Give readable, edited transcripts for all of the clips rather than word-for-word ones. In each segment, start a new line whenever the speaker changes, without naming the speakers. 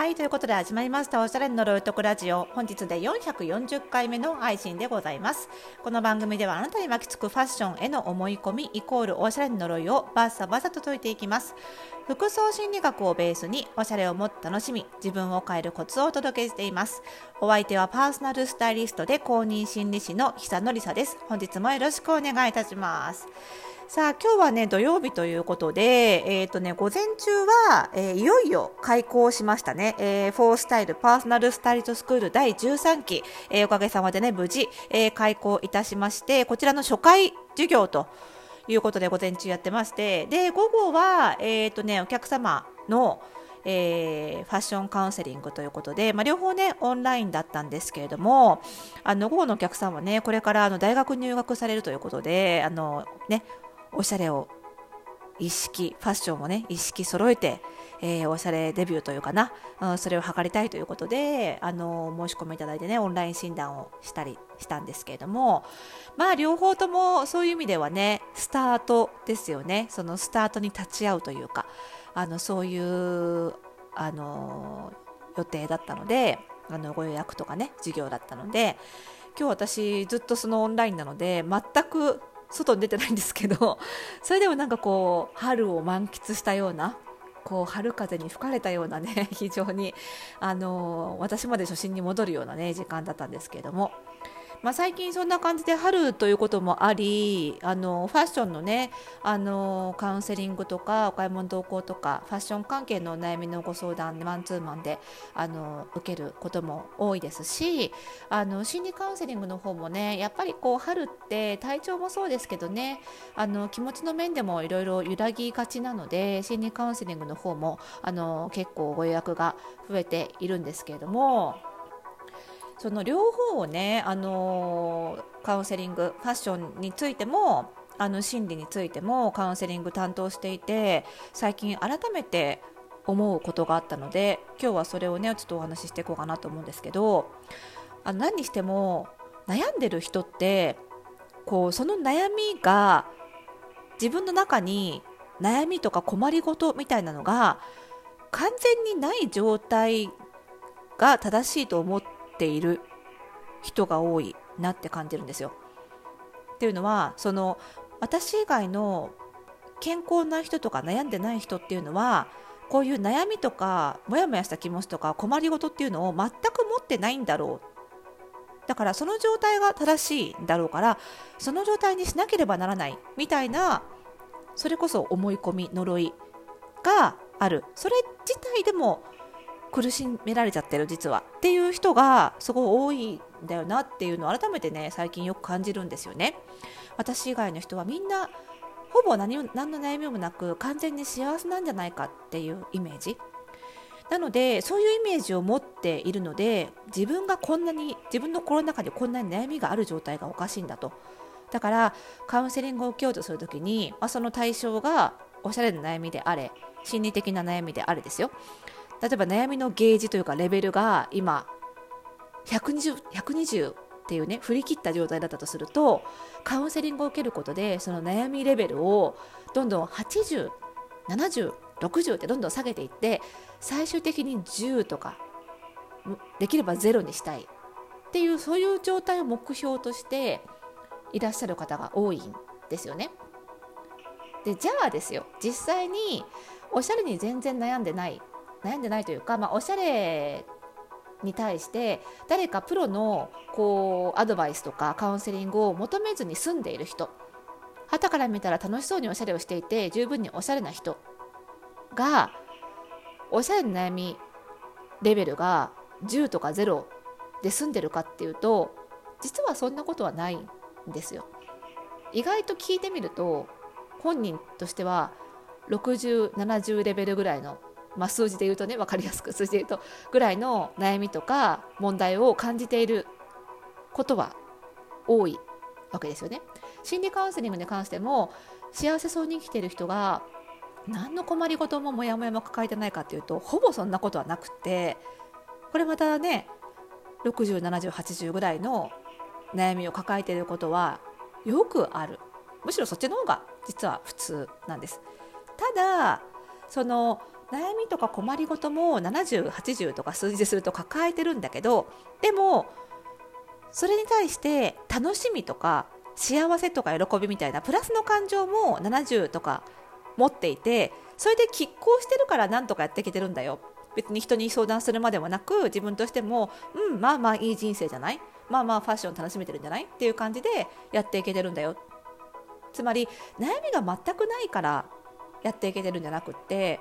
はい、ということで始まりましたおしゃれの呪いとくラジオ。本日で440回目の配信でございます。この番組ではあなたに巻きつくファッションへの思い込みイコールおしゃれの呪いをバッサバサと解いていきます。服装心理学をベースにおしゃれをもっと楽しみ、自分を変えるコツをお届けしています。お相手はパーソナルスタイリストで公認心理師の久典沙です。本日もよろしくお願いいたします。さあ今日はね土曜日ということで、午前中は、いよいよ開校しましたね。フォースタイルパーソナルスタイリストスクール第13期、おかげさまでね無事、開校いたしまして、こちらの初回授業ということで午前中やってまして、で午後は、お客様のファッションカウンセリングということで、両方ねオンラインだったんですけれども、午後のお客さんはねこれから大学入学されるということで、おしゃれを意識、ファッションをね意識揃えて、おしゃれデビューというかな、それを図りたいということで申し込みいただいてねオンライン診断をしたりしたんですけれども、両方ともそういう意味ではねスタートですよね。そのスタートに立ち会うというか、そういう予定だったので、ご予約とかね授業だったので、今日私ずっとそのオンラインなので全く外に出てないんですけど、それでも春を満喫したような、春風に吹かれたようなね非常に私まで初心に戻るようなね時間だったんですけれども、最近そんな感じで春ということもあり、ファッションのねカウンセリングとかお買い物同行とかファッション関係のお悩みのご相談マンツーマンで受けることも多いですし、心理カウンセリングの方もねやっぱり春って体調もそうですけどね、気持ちの面でもいろいろ揺らぎがちなので、心理カウンセリングの方も結構ご予約が増えているんですけれども、その両方をね、カウンセリング、ファッションについても心理についてもカウンセリング担当していて、最近改めて思うことがあったので、今日はそれをねちょっとお話ししていこうかなと思うんですけど、何にしても悩んでる人ってその悩みが自分の中に悩みとか困りごとみたいなのが完全にない状態が正しいと思っている人が多いなって感じるんですよ。っていうのは、私以外の健康な人とか悩んでない人っていうのは、こういう悩みとかモヤモヤした気持ちとか困りごとっていうのを全く持ってないんだろう。だからその状態が正しいんだろうから、その状態にしなければならないみたいな、それこそ思い込み呪いがある。それ自体でも苦しめられちゃってる実はっていう人がすごい多いんだよなっていうのを改めてね最近よく感じるんですよね。私以外の人はみんなほぼ何の悩みもなく完全に幸せなんじゃないかっていうイメージなので、そういうイメージを持っているので、自分の心の中でこんなに悩みがある状態がおかしいんだと。だからカウンセリングを受けようとするときに、その対象がおしゃれな悩みであれ心理的な悩みであれですよ。例えば悩みのゲージというかレベルが今120っていうね振り切った状態だったとすると、カウンセリングを受けることでその悩みレベルをどんどん80、70、60ってどんどん下げていって、最終的に10とかできれば0にしたいっていう、そういう状態を目標としていらっしゃる方が多いんですよね。でじゃあですよ、実際におしゃれに全然悩んでないというか、おしゃれに対して誰かプロのアドバイスとかカウンセリングを求めずに済んでいる人、傍から見たら楽しそうにおしゃれをしていて十分におしゃれな人がおしゃれの悩みレベルが10とか0で済んでるかっていうと、実はそんなことはないんですよ。意外と聞いてみると本人としては60、70レベルぐらいの、数字で言うとね、分かりやすく数字で言うとぐらいの悩みとか問題を感じていることは多いわけですよね。心理カウンセリングに関しても、幸せそうに生きている人が何の困りごともモヤモヤも抱えてないかというと、ほぼそんなことはなくて、これまたね60、70、80ぐらいの悩みを抱えていることはよくある。むしろそっちの方が実は普通なんです。ただ悩みとか困りごとも70、80とか数字ですると抱えてるんだけど、でもそれに対して楽しみとか幸せとか喜びみたいなプラスの感情も70とか持っていて、それで拮抗してるからなんとかやってきてるんだよ。別に人に相談するまでもなく、自分としてもまあまあいい人生じゃない、まあまあファッション楽しめてるんじゃないっていう感じでやっていけてるんだよ。つまり悩みが全くないからやっていけてるんじゃなくって、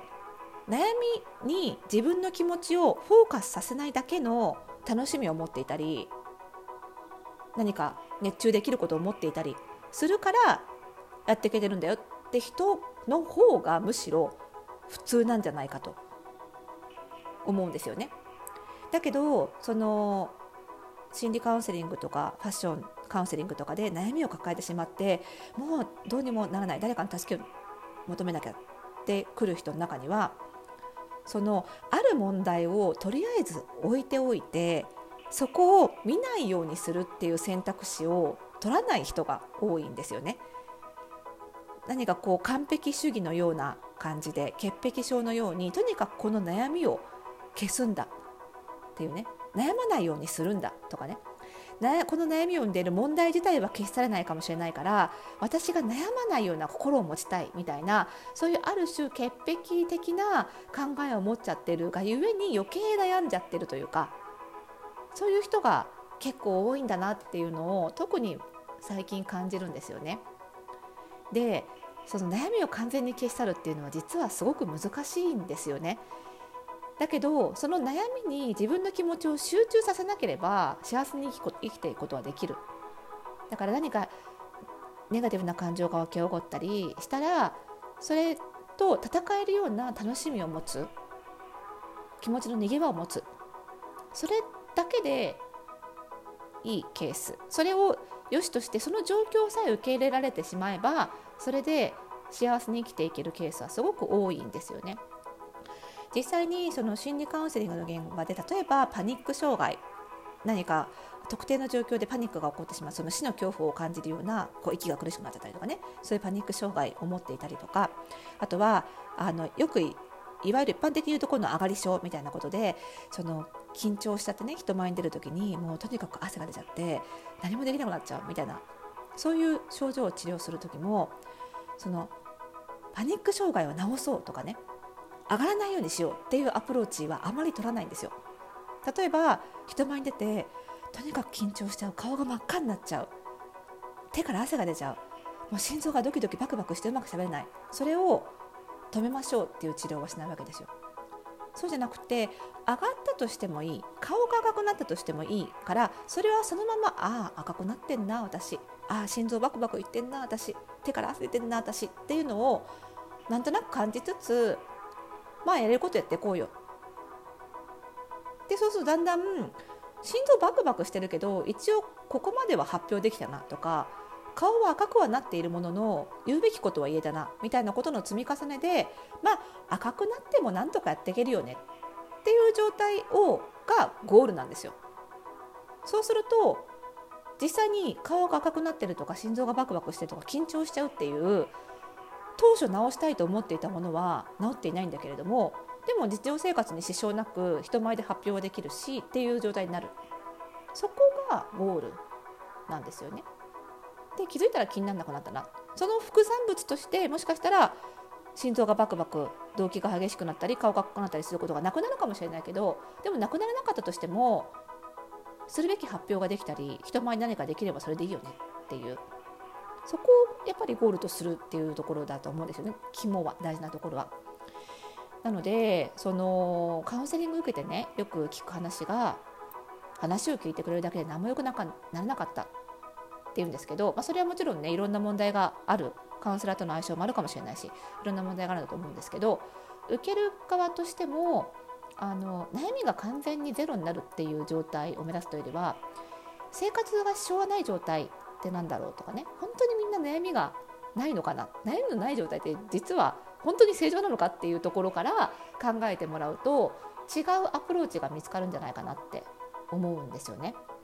悩みに自分の気持ちをフォーカスさせないだけの楽しみを持っていたり、何か熱中できることを持っていたりするからやっていけてるんだよって人の方がむしろ普通なんじゃないかと思うんですよね。だけどその心理カウンセリングとかファッションカウンセリングとかで悩みを抱えてしまって、もうどうにもならない、誰かの助けを求めなきゃって来る人の中には、そのある問題をとりあえず置いておいて、そこを見ないようにするっていう選択肢を取らない人が多いんですよね。何かこう完璧主義のような感じで、潔癖症のようにとにかくこの悩みを消すんだっていうね、悩まないようにするんだとかね、この悩みを生んでいる問題自体は消し去れないかもしれないから、私が悩まないような心を持ちたいみたいな、そういうある種潔癖的な考えを持っちゃってるがゆえに余計悩んじゃってるというか、そういう人が結構多いんだなっていうのを特に最近感じるんですよね。で、その悩みを完全に消し去るっていうのは実はすごく難しいんですよね。だけどその悩みに自分の気持ちを集中させなければ幸せに生きていくことはできる。だから何かネガティブな感情が湧き起こったりしたら、それと戦えるような楽しみを持つ、気持ちの逃げ場を持つ、それだけでいいケース、それを良しとしてその状況さえ受け入れられてしまえば、それで幸せに生きていけるケースはすごく多いんですよね。実際にその心理カウンセリングの現場で、例えばパニック障害、何か特定の状況でパニックが起こってしまう、その死の恐怖を感じるような息が苦しくなっちゃったりとかね、そういうパニック障害を持っていたりとか、あとはよくいわゆる一般的に言うところの上がり症みたいなことで、その緊張しちゃってね、人前に出るときにもうとにかく汗が出ちゃって何もできなくなっちゃうみたいな、そういう症状を治療するときも、そのパニック障害を治そうとかね、上がらないようにしようっていうアプローチはあまり取らないんですよ。例えば人前に出てとにかく緊張しちゃう、顔が真っ赤になっちゃう、手から汗が出ちゃう、もう心臓がドキドキバクバクしてうまく喋れない、それを止めましょうっていう治療はしないわけですよ。そうじゃなくて、上がったとしてもいい、顔が赤くなったとしてもいいから、それはそのまま、赤くなってんな私、心臓バクバクいってんな私、手から汗出てんな私っていうのをなんとなく感じつつ、やれることやっていこうよ。で、そうするとだんだん心臓バクバクしてるけど一応ここまでは発表できたなとか、顔は赤くはなっているものの言うべきことは言えたなみたいなことの積み重ねで、赤くなってもなんとかやっていけるよねっていう状態がゴールなんですよ。そうすると実際に顔が赤くなってるとか心臓がバクバクしてるとか緊張しちゃうっていう当初治したいと思っていたものは治っていないんだけれども、でも日常生活に支障なく人前で発表できるしっていう状態になる、そこがゴールなんですよね。で、気づいたら気にならなくなったな、その副産物としてもしかしたら心臓がバクバク、動悸が激しくなったり顔が赤くなったりすることがなくなるかもしれないけど、でもなくならなかったとしてもするべき発表ができたり人前に何かできればそれでいいよねっていう、そこをやっぱりゴールとするっていうところだと思うんですよね。肝は、大事なところは。なのでそのカウンセリング受けてね、よく聞く話が、話を聞いてくれるだけで何も良くならなかったっていうんですけど、それはもちろんね、いろんな問題がある、カウンセラーとの相性もあるかもしれないし、いろんな問題があるんだと思うんですけど、受ける側としても悩みが完全にゼロになるっていう状態を目指すというよりは、生活が支障がない状態ってなんだろうとかね、本当にみんな悩みがないのかな、悩みのない状態って実は本当に正常なのかっていうところから考えてもらうと、違うアプローチが見つかるんじゃないかなって思うんですよね。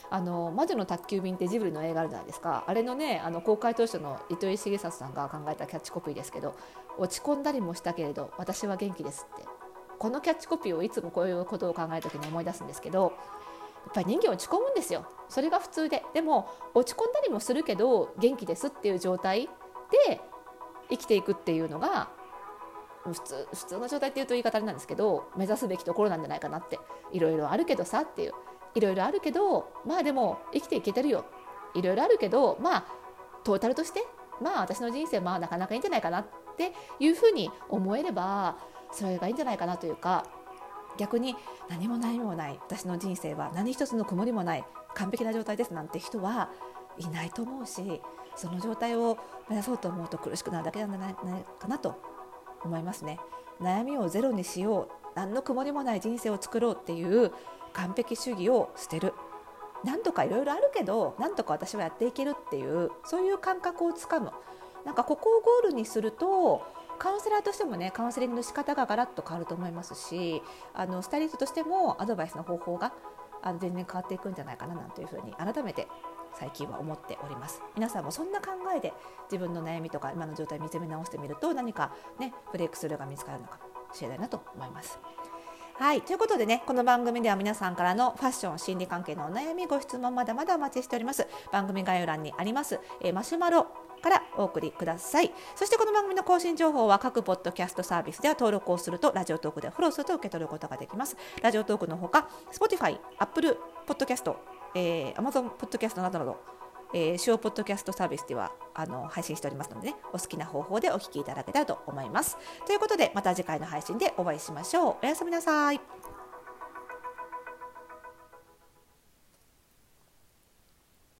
魔女の宅急便ってジブリの映画あるじゃないですか。あれのね公開当初の糸井重里さんが考えたキャッチコピーですけど、落ち込んだりもしたけれど私は元気ですって、このキャッチコピーをいつもこういうことを考えるときに思い出すんですけど、やっぱり人間落ち込むんですよ。それが普通でも落ち込んだりもするけど元気ですっていう状態で生きていくっていうのが普通の状態っていうと言い方あれなんですけど、目指すべきところなんじゃないかなって。いろいろあるけどさっていう、いろいろあるけどでも生きていけてるよ、いろいろあるけどトータルとして私の人生なかなかいいんじゃないかなっていうふうに思えればそれがいいんじゃないかなというか、逆に何もないもない私の人生は何一つの曇りもない完璧な状態ですなんて人はいないと思うし、その状態を目指そうと思うと苦しくなるだけなんじゃないかなと思いますね。悩みをゼロにしよう、何の曇りもない人生を作ろうっていう完璧主義を捨てる。なんとかいろいろあるけどなんとか私はやっていけるっていうそういう感覚をつかむ。ここをゴールにするとカウンセラーとしてもねカウンセリングの仕方がガラッと変わると思いますし、スタイリストとしてもアドバイスの方法が全然変わっていくんじゃないかななんていうふうに改めて最近は思っております。皆さんもそんな考えで自分の悩みとか今の状態を見つめ直してみると何かねブレイクスルーが見つかるのかもしれないなと思います。はい、ということでね、この番組では皆さんからのファッション心理関係のお悩みご質問まだまだお待ちしております。番組概要欄にあります、マシュマロからお送りください。そしてこの番組の更新情報は各ポッドキャストサービスでは登録をするとラジオトークでフォローすると受け取ることができます。ラジオトークのほか Spotify、Apple Podcast、Amazon Podcast などなど主要ポッドキャストサービスでは配信しておりますので、ね、お好きな方法でお聞きいただけたらと思います。ということでまた次回の配信でお会いしましょう。おやすみなさい。